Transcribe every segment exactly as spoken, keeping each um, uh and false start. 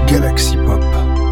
Galaxy Pop.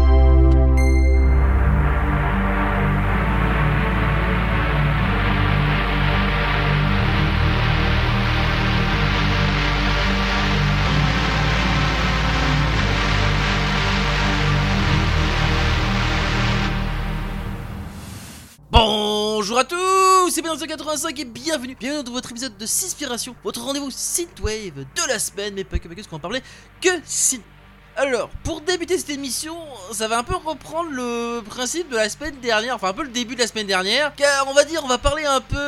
Bonjour à tous, c'est Benzo quatre-vingt-cinq et bienvenue, bienvenue dans votre épisode de Synspiration, votre rendez-vous synthwave de la semaine, mais pas que, pas que, parce qu'on va parler que synth. Alors, pour débuter cette émission, ça va un peu reprendre le principe de la semaine dernière, enfin un peu le début de la semaine dernière, car on va dire, on va parler un peu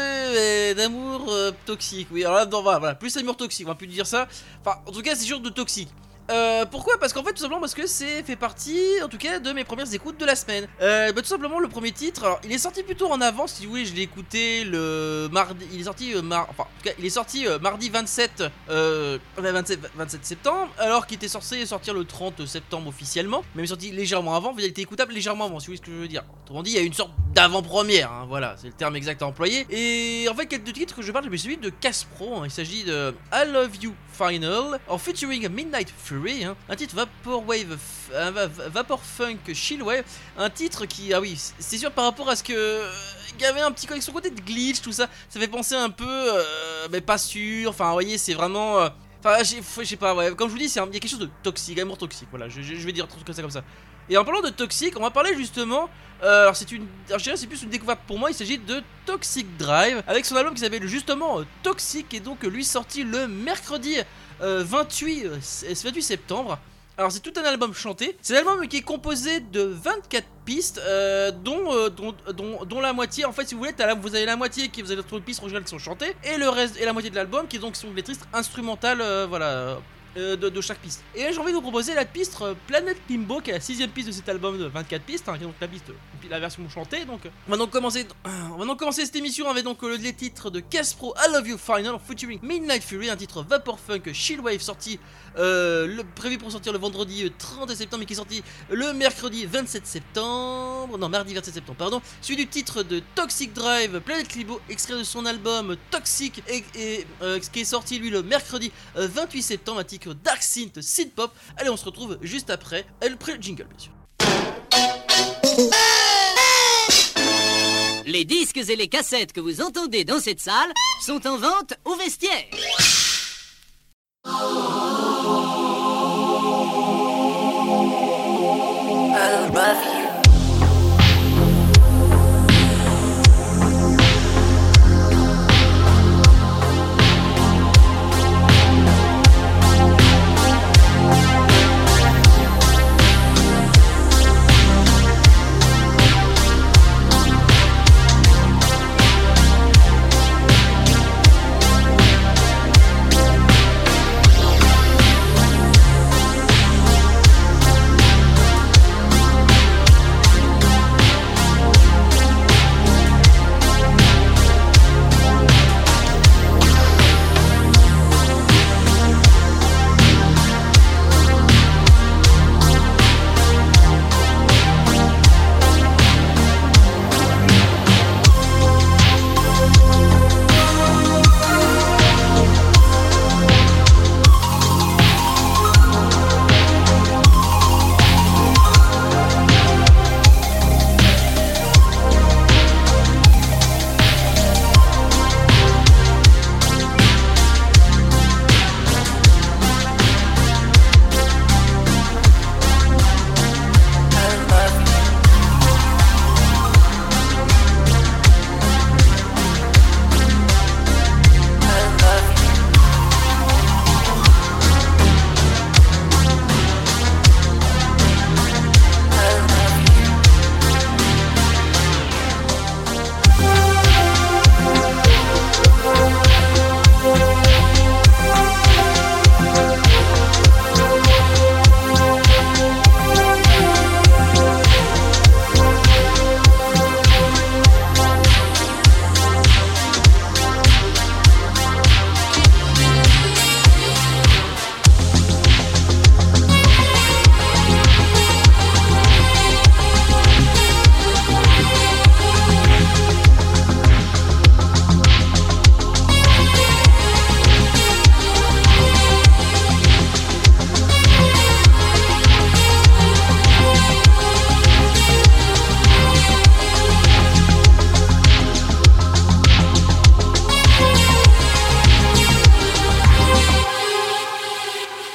euh, d'amour euh, toxique, oui, alors là, non, voilà, voilà, plus amour toxique, on va plus dire ça, enfin, en tout cas, c'est sûr de toxique. Euh, pourquoi ? Parce qu'en fait, tout simplement parce que c'est fait partie, en tout cas, de mes premières écoutes de la semaine. Euh, bah, tout simplement, le premier titre, alors, il est sorti plutôt en avance, si vous voulez, je l'ai écouté le mardi, il est sorti, euh, mar... enfin, en tout cas, il est sorti euh, mardi vingt-sept, euh, vingt-sept, vingt-sept septembre, alors qu'il était censé sortir le trente septembre officiellement, mais il est sorti légèrement avant, il a été écoutable légèrement avant, si vous voyez ce que je veux dire. Autrement dit, il y a une sorte d'avant-première, hein, voilà, c'est le terme exact à employer. Et en fait, quel deux titres que je parle, c'est celui de Caspro, hein, il s'agit de I Love You Final, en featuring Midnight Fury, hein, un titre Vaporwave, euh, Vapor Funk Chillwave, un titre qui, ah oui, c'est sûr par rapport à ce que il y avait un petit avec son côté de glitch, tout ça, ça fait penser un peu, euh, mais pas sûr, enfin, vous voyez, c'est vraiment, euh, enfin, je sais pas, ouais, comme je vous dis, c'est un, il y a quelque chose de toxique, amour toxique, voilà, je, je, je vais dire un truc comme ça, comme ça. Et en parlant de toxique, on va parler justement, euh, alors c'est une, alors je dirais c'est plus une découverte pour moi, il s'agit de Toxic Drive, avec son album qui s'appelle justement euh, Toxic, et donc euh, lui sorti le mercredi euh, vingt-huit septembre. Alors c'est tout un album chanté, c'est un album qui est composé de vingt-quatre pistes, euh, dont, euh, dont, dont, dont la moitié, en fait si vous voulez, la, vous avez la moitié qui vous avez trouvé de pistes originales qui sont chantées, et le reste, et la moitié de l'album qui donc sont des tristes instrumentales, euh, voilà... Euh, de, de chaque piste. Et là j'ai envie de vous proposer la piste euh, Planet Limbo, qui est la sixième piste de cet album de vingt-quatre pistes, hein, qui est donc la piste, la version chantée. Donc on va donc commencer, euh, on va donc commencer cette émission avec donc euh, les titres de Caspro, I Love You Final, featuring Midnight Fury, un titre Vapor Funk Chillwave sorti euh, le, prévu pour sortir le vendredi trente septembre, mais qui est sorti le mercredi vingt-sept septembre, non mardi vingt-sept septembre pardon, suivi du titre de Toxic Drive, Planet Limbo, extrait de son album Toxic, et, et euh, qui est sorti lui le mercredi euh, vingt-huit septembre, un titre Dark Synth, Synth Pop. Allez, on se retrouve juste après, elle prend le jingle bien sûr. Les disques et les cassettes que vous entendez dans cette salle sont en vente au vestiaire. I love you.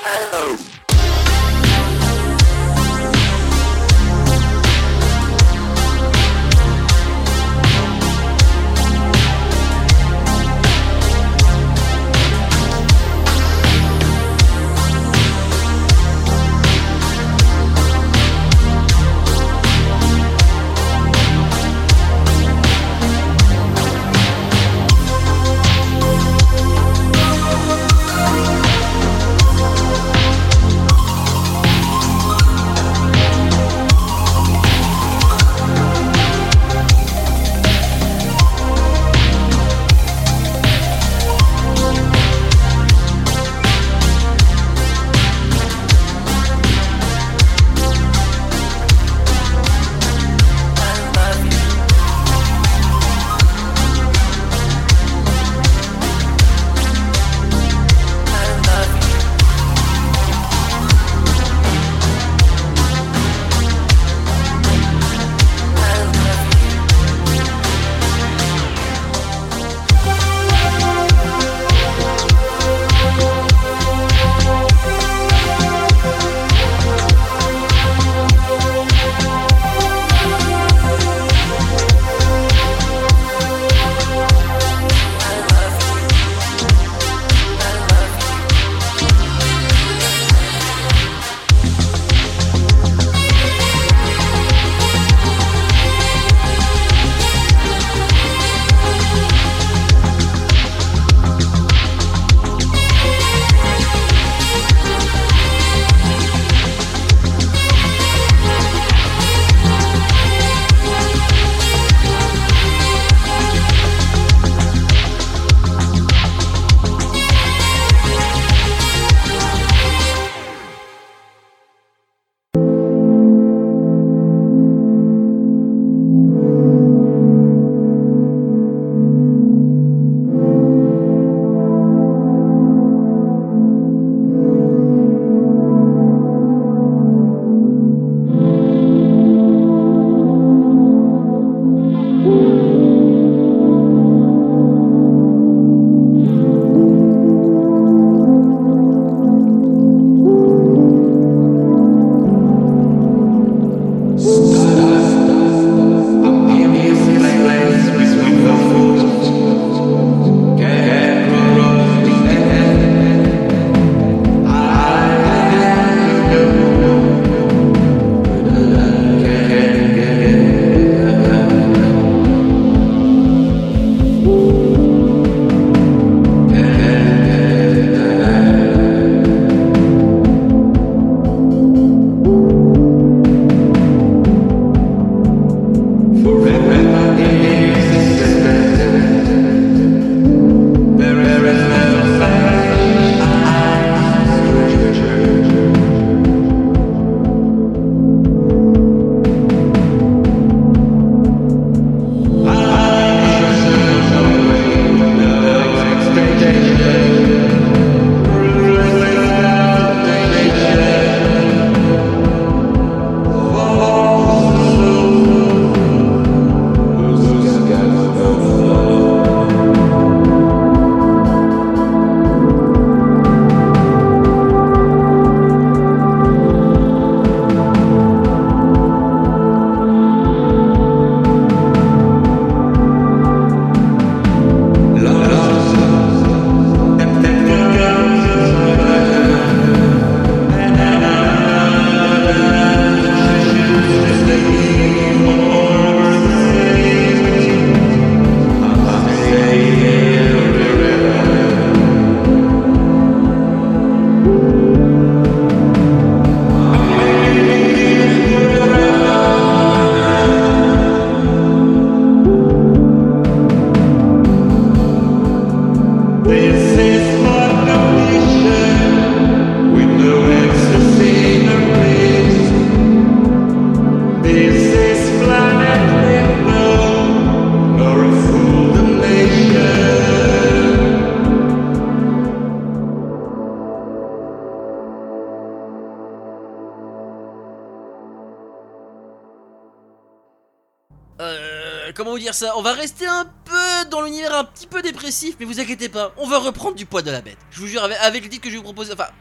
Euh, comment vous dire ça? On va rester un peu dans l'univers un petit peu dépressif, mais vous inquiétez pas, on va reprendre du poil de la bête. Je vous jure, avec, avec le titre que je vais vous proposer, enfin,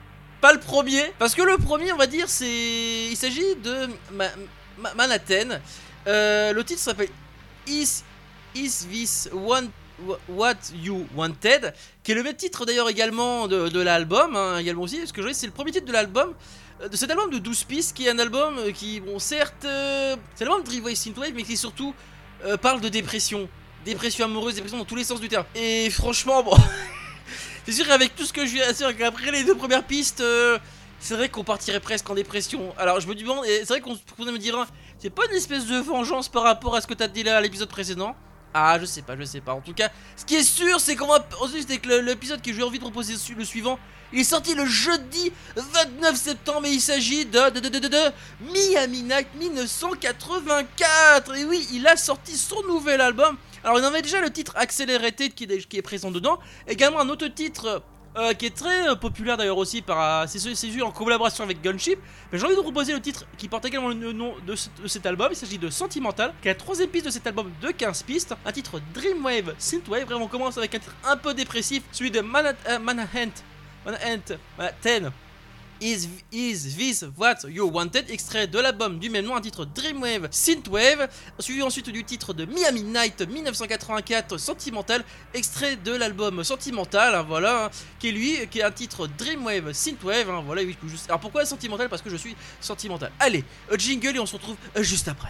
pas le premier, parce que le premier, on va dire, c'est, il s'agit de Ma... Ma... Manhattan. Euh, le titre s'appelle Is Is This One What You Wanted, qui est le même titre d'ailleurs également de, de l'album, hein, également aussi, parce que je c'est le premier titre de l'album, euh, de cet album de douze pistes, qui est un album euh, qui, bon, certes, euh, c'est l'album de Dreamwave Synthwave, mais qui surtout euh, parle de dépression, dépression amoureuse, dépression dans tous les sens du terme. Et franchement, bon, c'est sûr qu'avec tout ce que je viens de dire, qu'après les deux premières pistes, euh, c'est vrai qu'on partirait presque en dépression. Alors je me demande, et c'est vrai qu'on pourrait me dire, c'est pas une espèce de vengeance par rapport à ce que t'as dit là à l'épisode précédent? Ah, je sais pas, je sais pas. En tout cas, ce qui est sûr, c'est qu'on va. Ensuite, c'est que l'épisode que j'ai envie de proposer, le suivant, il est sorti le jeudi vingt-neuf septembre et il s'agit de, de, de, de, de, de Miami Night mille neuf cent quatre-vingt-quatre. Et oui, il a sorti son nouvel album. Alors, il en avait déjà le titre Accelerated qui est, qui est présent dedans. Également un autre titre. Euh, qui est très euh, populaire d'ailleurs aussi par euh, c'est celui en collaboration avec Gunship. Mais j'ai envie de vous proposer le titre qui porte également le nom de, ce, de cet album. Il s'agit de Sentimental, qui est la troisième piste de cet album de quinze pistes. Un titre Dreamwave Synthwave. Vraiment, on commence avec un titre un peu dépressif, celui de Manhattan, euh, Manhattan, Manhattan, Manhattan. Is, is This What You Wanted, extrait de l'album du même nom, un titre Dreamwave Synthwave, suivi ensuite du titre de Miami Night mille neuf cent quatre-vingt-quatre Sentimental, extrait de l'album Sentimental, hein, voilà, hein, qui est lui, qui est un titre Dreamwave Synthwave, hein, voilà, oui, juste... Alors pourquoi Sentimental? Parce que je suis sentimental. Allez, jingle et on se retrouve juste après.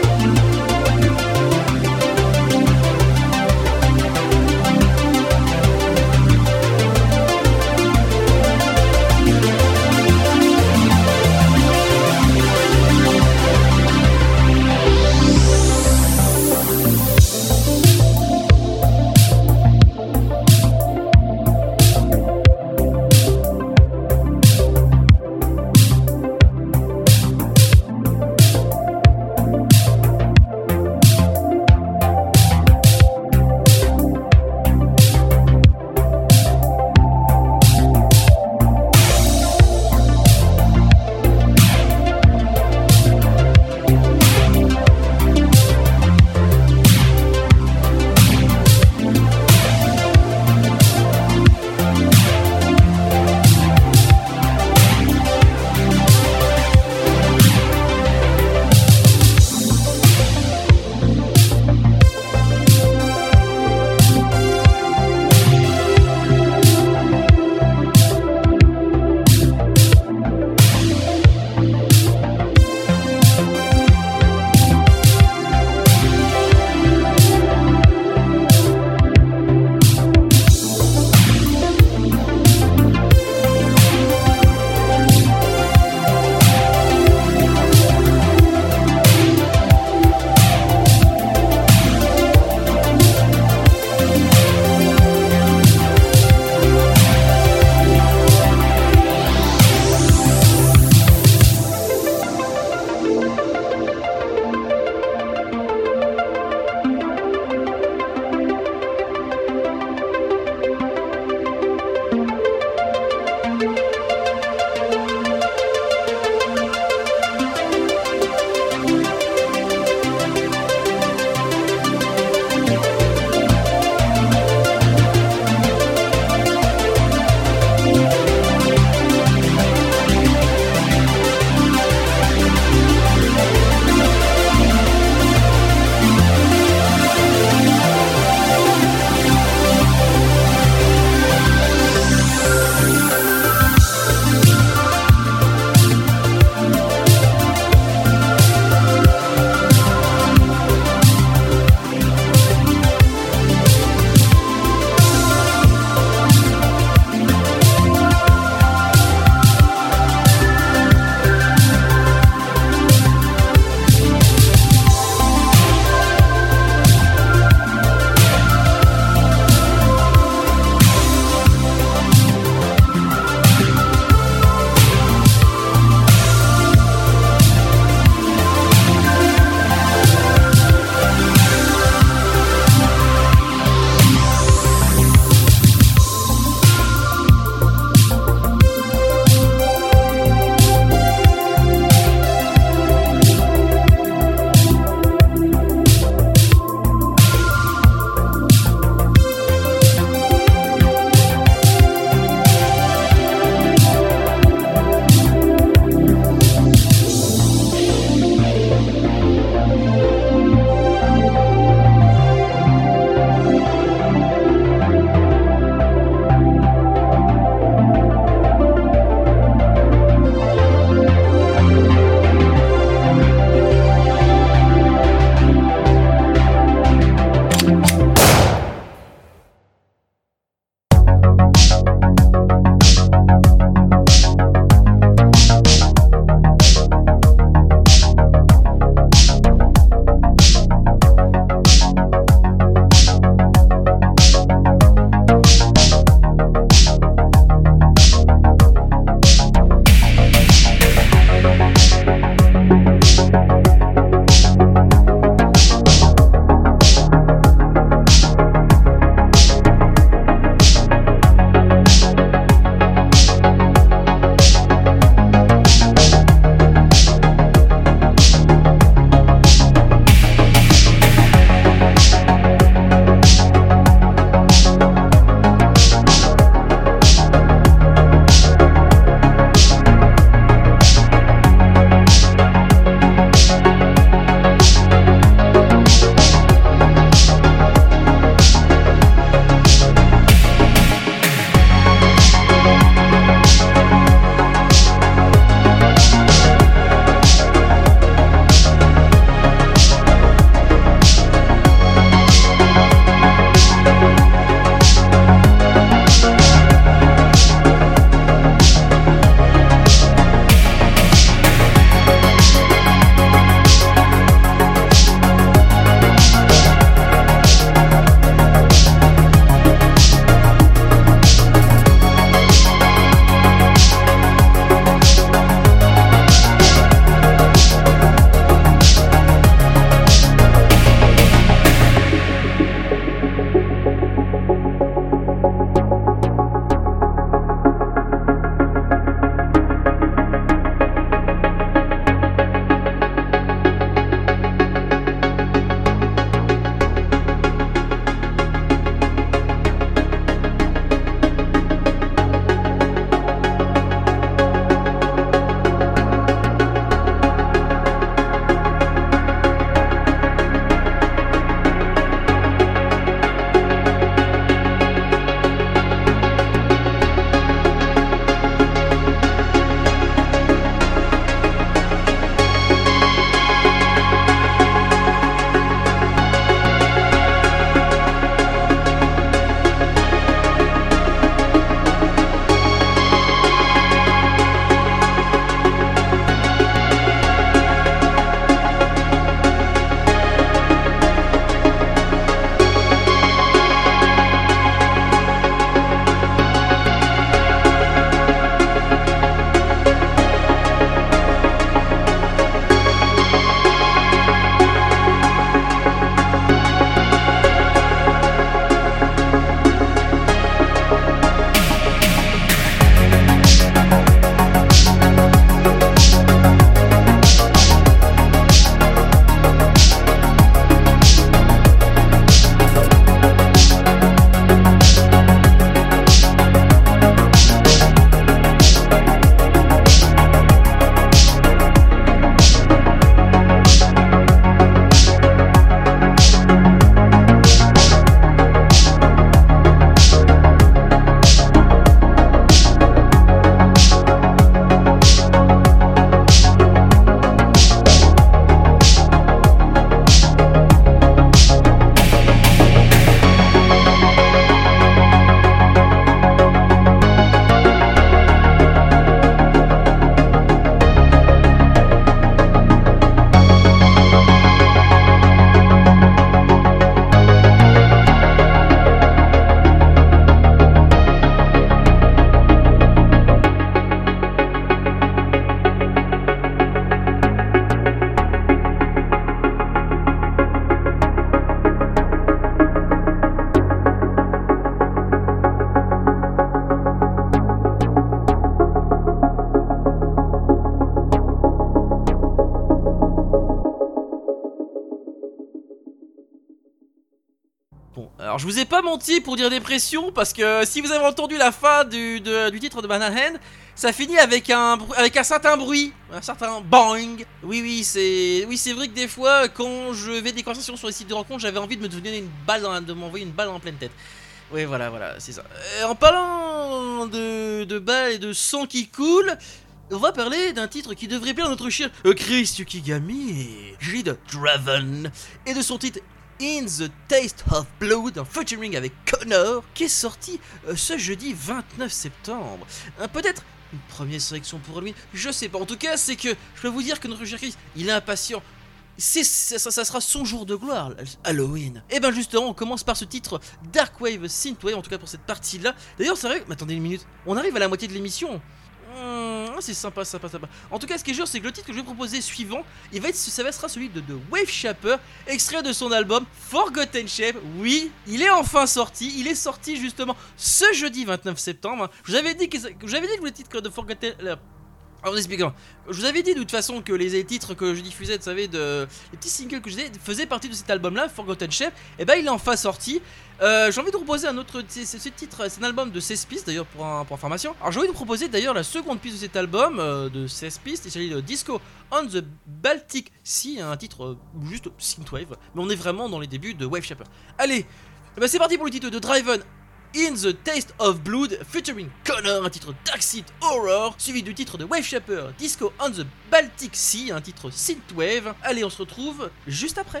Alors je vous ai pas menti pour dire dépression, parce que si vous avez entendu la fin du, de, du titre de Banana Hand, ça finit avec un, avec un certain bruit, un certain bang. Oui oui c'est oui, c'est vrai que des fois quand je vais des conversations sur les sites de rencontres, j'avais envie de me donner une balle dans, de m'envoyer une balle en pleine tête. Oui voilà voilà c'est ça. Euh, en parlant de, de balles et de sang qui coule, on va parler d'un titre qui devrait plaire à notre cher euh, Chris Yukigami, Jade Draven, et de son titre In the Taste of Blood, en featuring avec Connor, qui est sorti euh, ce jeudi vingt-neuf septembre. Euh, Peut-être une première sélection pour lui, je sais pas. En tout cas, c'est que je peux vous dire que notre cher Chris, il est impatient. C'est, ça, ça sera son jour de gloire, Halloween. Et ben justement, on commence par ce titre Darkwave Synthwave, en tout cas pour cette partie-là. D'ailleurs, c'est vrai, mais attendez une minute, on arrive à la moitié de l'émission. Mmh, c'est sympa, sympa, sympa. En tout cas, ce qui est sûr, c'est que le titre que je vais proposer suivant, il va être, ça va sera celui de, de Wave Shaper, extrait de son album Forgotten Shape. Oui, il est enfin sorti. Il est sorti justement ce jeudi vingt-neuf septembre. Je vous avais dit que, je vous avais dit que le titre de Forgotten, euh, alors, en expliquant, je vous avais dit de toute façon que les titres que je diffusais, vous savez, de, les petits singles que je faisais, faisaient partie de cet album-là, Forgotten Shape. Et ben, il est enfin sorti. Euh, j'ai envie de vous proposer un autre, ce titre, c'est un album de seize pistes d'ailleurs pour, un, pour information. Alors j'ai envie de vous proposer d'ailleurs la seconde piste de cet album euh, de seize pistes, il s'agit de Disco on the Baltic Sea, un titre euh, juste synthwave, mais on est vraiment dans les débuts de Wave Shaper. Allez, bah c'est parti pour le titre de Draven, In the Taste of Blood, featuring Connor, un titre Dark Seed Horror, suivi du titre de Wave Shaper, Disco on the Baltic Sea, un titre synthwave. Allez, on se retrouve juste après.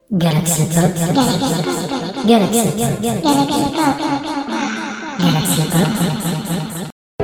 Galaxy Pop. Galaxy Pop. Galaxy Pop.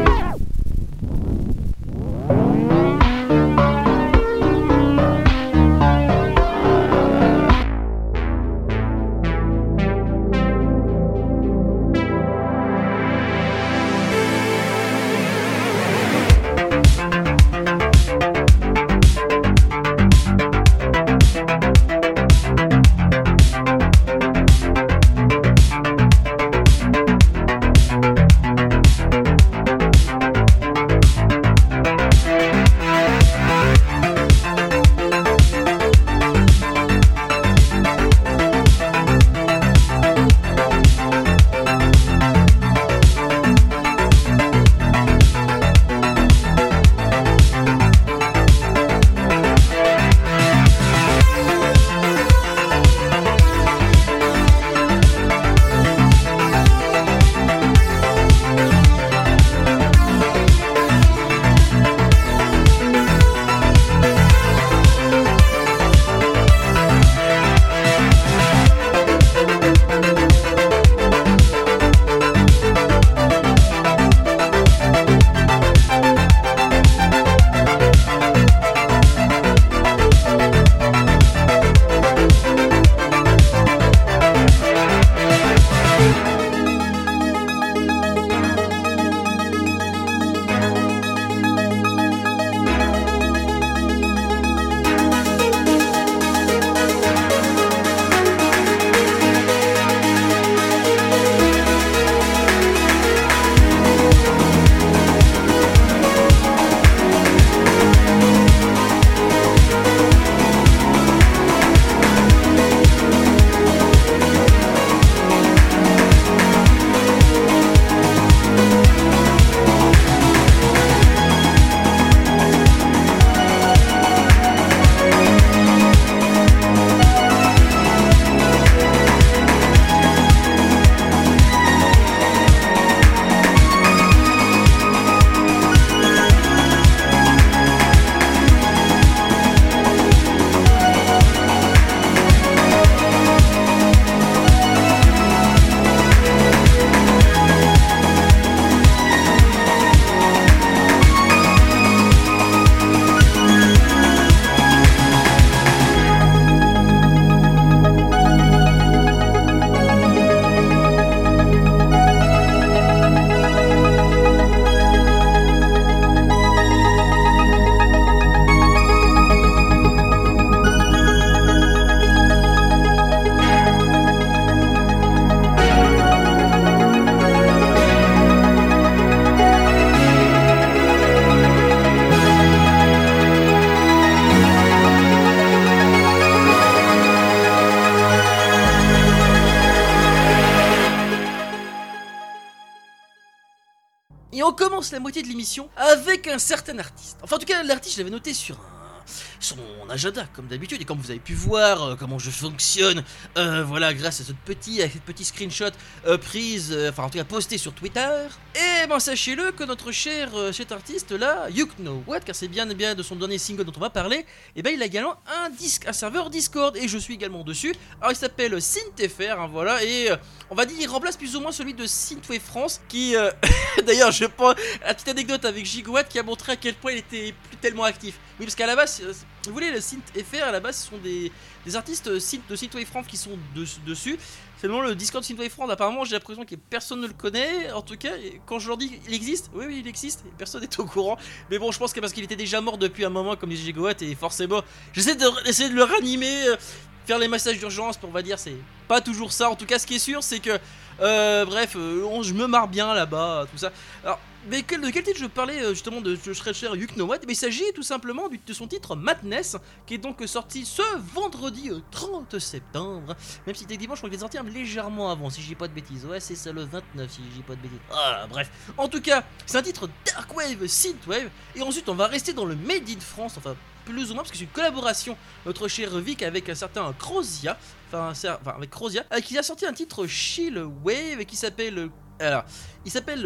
Et on commence la moitié de l'émission avec un certain artiste. Enfin en tout cas l'artiste je l'avais noté sur un... son agenda comme d'habitude, et comme vous avez pu voir euh, comment je fonctionne, euh, voilà, grâce à ce petit, à cette petit screenshot euh, prise, euh, enfin en tout cas posté sur Twitter. Et ben sachez-le que notre cher euh, cet artiste là, You Know What, car c'est bien bien de son dernier single dont on va parler, et ben il a également un disque, un serveur Discord, et je suis également dessus. Alors il s'appelle SynthFR, hein, voilà, et euh, on va dire il remplace plus ou moins celui de Synthwave France, qui euh, d'ailleurs je prends la petite anecdote avec Gigawatt qui a montré à quel point il était plus tellement actif. Oui, parce qu'à la base, vous voulez, le SynthFR à la base ce sont des, des artistes synth, de Synthwave France qui sont de, dessus. Seulement le Discord Synthwave France, apparemment j'ai l'impression que personne ne le connaît. En tout cas, quand je leur dis il existe, oui oui il existe, et personne n'est au courant. Mais bon, je pense que parce qu'il était déjà mort depuis un moment comme les Gigawatt, et forcément j'essaie de, essayer de le ranimer, euh, faire les massages d'urgence, on va dire, c'est pas toujours ça. En tout cas ce qui est sûr c'est que euh, bref, euh, on, je me marre bien là-bas, tout ça. Alors mais quel, de quel titre je parlais euh, justement de ce très cher You Know What? Mais il s'agit tout simplement du, de son titre Madness, qui est donc sorti ce vendredi euh, trente septembre. Même si techniquement je crois qu'il est sorti légèrement avant, si je dis pas de bêtises. Ouais, c'est ça, le vingt-neuf, si je dis pas de bêtises. Ah, bref. En tout cas, c'est un titre Darkwave, Synthwave. Et ensuite, on va rester dans le Made in France, enfin plus ou moins, parce que c'est une collaboration, notre cher Vic, avec un certain Crozia. Enfin, enfin avec Crozia, euh, qui a sorti un titre Chill Wave qui s'appelle. Alors, il s'appelle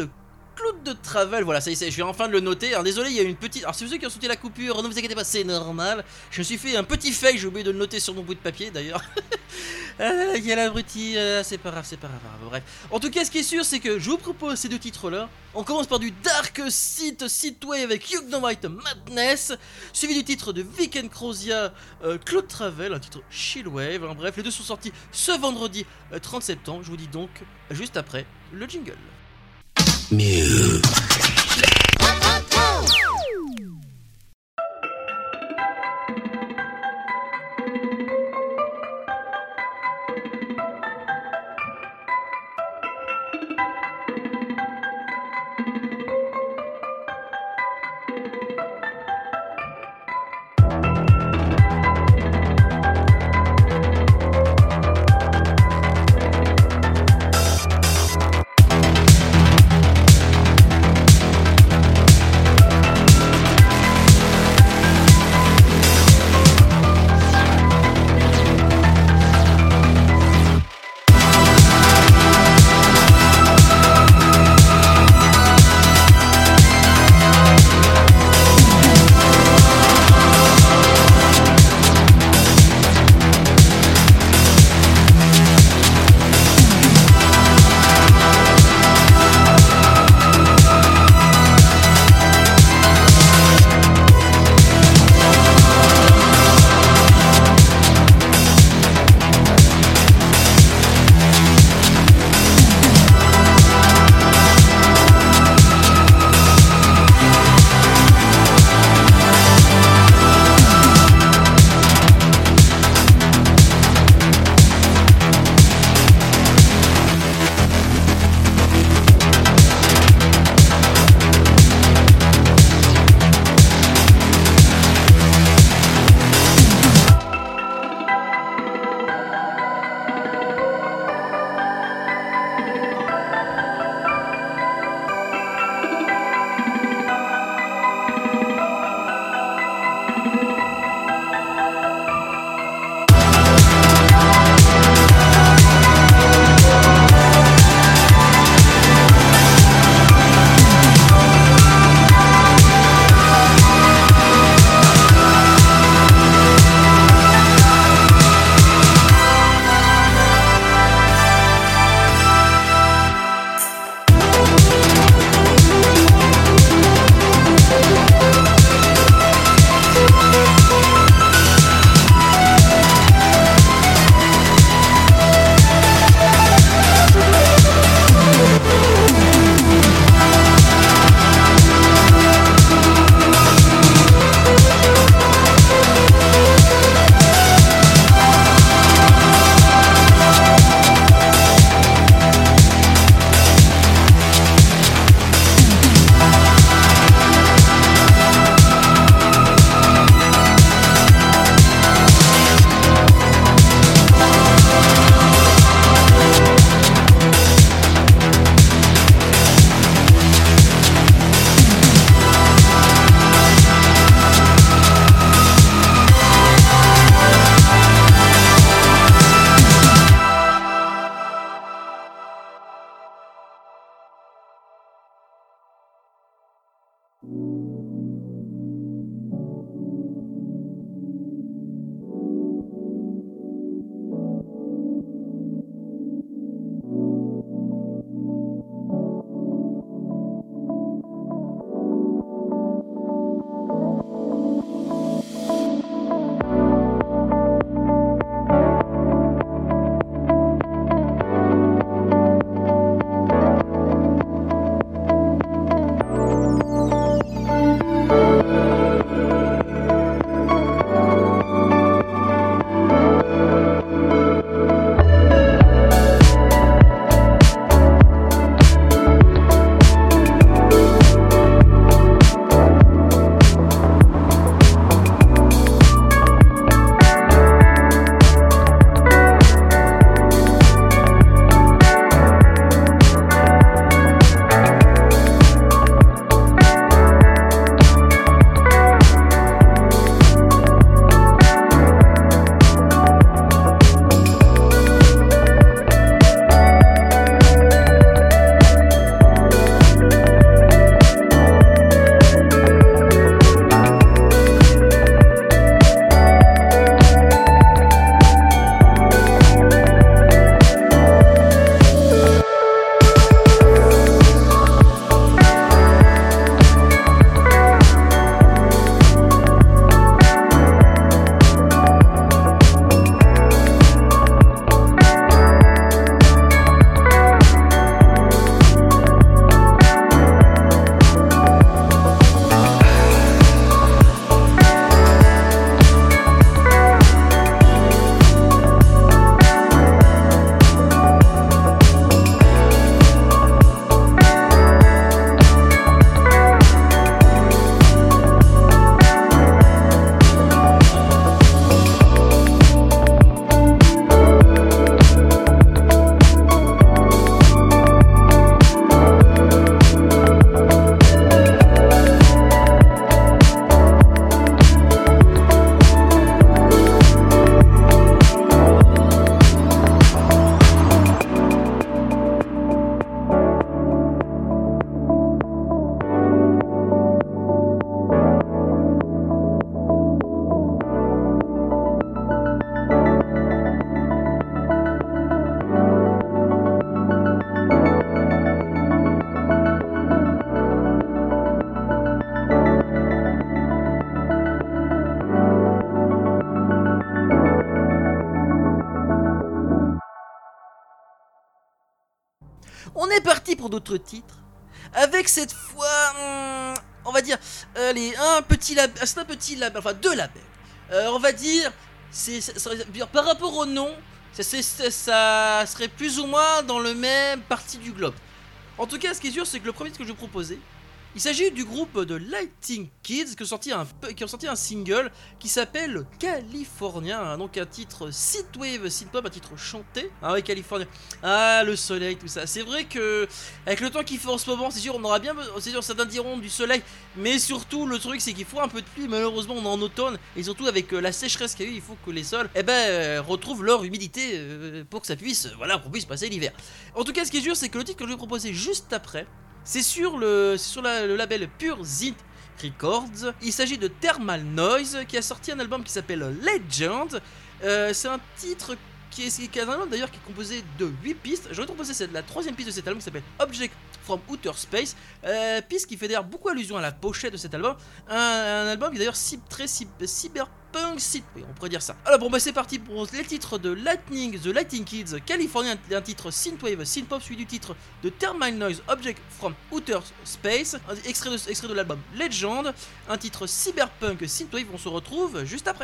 Claude de Travel, voilà, ça y est, je viens enfin de le noter. Alors désolé, il y a une petite. Alors, c'est ceux qui ont sauté la coupure, ne vous inquiétez pas, c'est normal. Je me suis fait un petit fail, j'ai oublié de le noter sur mon bout de papier d'ailleurs. euh, Il y a l'abruti, euh, c'est pas grave, c'est pas grave. Bref. En tout cas, ce qui est sûr, c'est que je vous propose ces deux titres-là. On commence par du Dark Sith, Synthwave avec Hugh White Madness, suivi du titre de Vic and Crozia, euh, Claude Travel, un titre Chillwave. Hein, bref, les deux sont sortis ce vendredi euh, trente septembre. Je vous dis donc juste après le jingle. Mew. On est parti pour d'autres titres, avec cette fois, hum, on va dire, euh, les, un petit label, c'est un petit label, enfin deux labels. Euh, on va dire, c'est, ça, ça, par rapport au nom, ça, c'est, ça, ça serait plus ou moins dans le même partie du globe. En tout cas, ce qui est sûr, c'est que le premier que je vais vous proposer, il s'agit du groupe de Lightning Kids qui ont sorti un, qui ont sorti un single qui s'appelle California, donc un titre synthwave, synthpop, un titre chanté. Ah ouais, California. Ah, le soleil, tout ça. C'est vrai que avec le temps qu'il fait en ce moment, c'est sûr, on aura bien, c'est sûr, certains diront du soleil, mais surtout le truc, c'est qu'il faut un peu de pluie. Malheureusement, on est en automne et surtout avec la sécheresse qu'il y a eu, il faut que les sols, eh ben, euh, retrouvent leur humidité euh, pour que ça puisse, euh, voilà, qu'on puisse passer l'hiver. En tout cas, ce qui est sûr, c'est que le titre que je vais vous proposer juste après, c'est sur le, c'est sur la, le label Pure Synth Records. Il s'agit de Thermal Noise qui a sorti un album qui s'appelle Legend. Euh, c'est un titre qui est, qui est un album d'ailleurs qui est composé de huit pistes. Je vais te proposer la troisième piste de cet album qui s'appelle Object from Outer Space. Euh, piste qui fait d'ailleurs beaucoup allusion à la pochette de cet album. Un, un album qui est d'ailleurs si, très si, cyberpunk, si, oui, on pourrait dire ça. Alors bon bah c'est parti pour les titres de Lightning, The Lightning Kids, California, un titre synthwave, synthpop suivi du titre de Thermal Noise, Object from Outer Space, un extrait de, extrait de l'album Legend, un titre cyberpunk synthwave. On se retrouve juste après.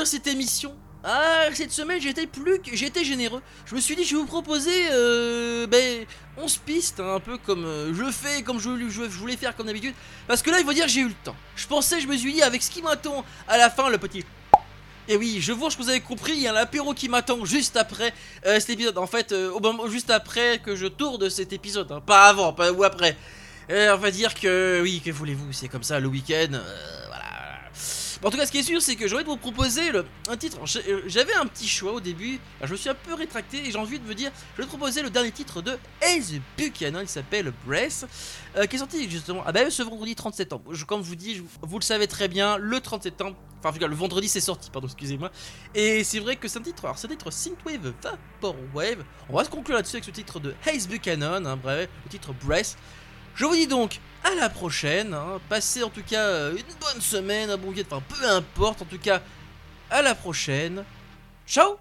choisir cette émission, ah, cette semaine j'étais plus que j'étais généreux. Je me suis dit je vais vous proposer euh, ben, onze pistes, hein, un peu comme euh, je fais, comme je, je, je voulais faire comme d'habitude. Parce que là il faut dire j'ai eu le temps. Je pensais, je me suis dit avec ce qui m'attend à la fin, le petit... Et oui, je vois que vous avez compris, il y a l'apéro qui m'attend juste après euh, cet épisode. En fait, euh, au moment, juste après que je tourne cet épisode, hein, pas avant, pas ou après. Euh, on va dire que oui, que voulez-vous, c'est comme ça le week-end. Euh, voilà. En tout cas, ce qui est sûr, c'est que j'ai envie de vous proposer le, un titre. J'avais un petit choix au début, je me suis un peu rétracté et j'ai envie de me dire, je vais te proposer le dernier titre de Ace Buchanan, il s'appelle Brace, euh, qui est sorti justement ah bah, ce vendredi trente septembre. Je, comme je vous dis, je, vous le savez très bien, le trente septembre, enfin en tout cas le vendredi c'est sorti, pardon, excusez-moi. Et c'est vrai que c'est un titre, alors c'est un titre Synthwave Vaporwave. On va se conclure là-dessus avec ce titre de Ace Buchanan, hein, bref, le titre Brace. Je vous dis donc à la prochaine, hein. Passez en tout cas une bonne semaine, un bon week-end, enfin peu importe, en tout cas à la prochaine. Ciao.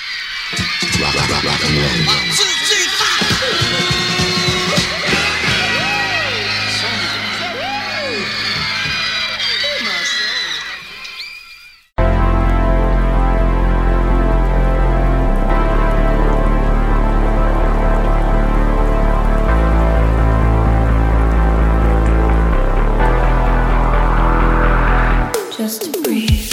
Just breathe.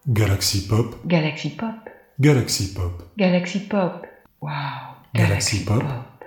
Galaxy Pop, Galaxy Pop, Galaxy Pop, Galaxy Pop. Wow. Galaxy Pop. Pop.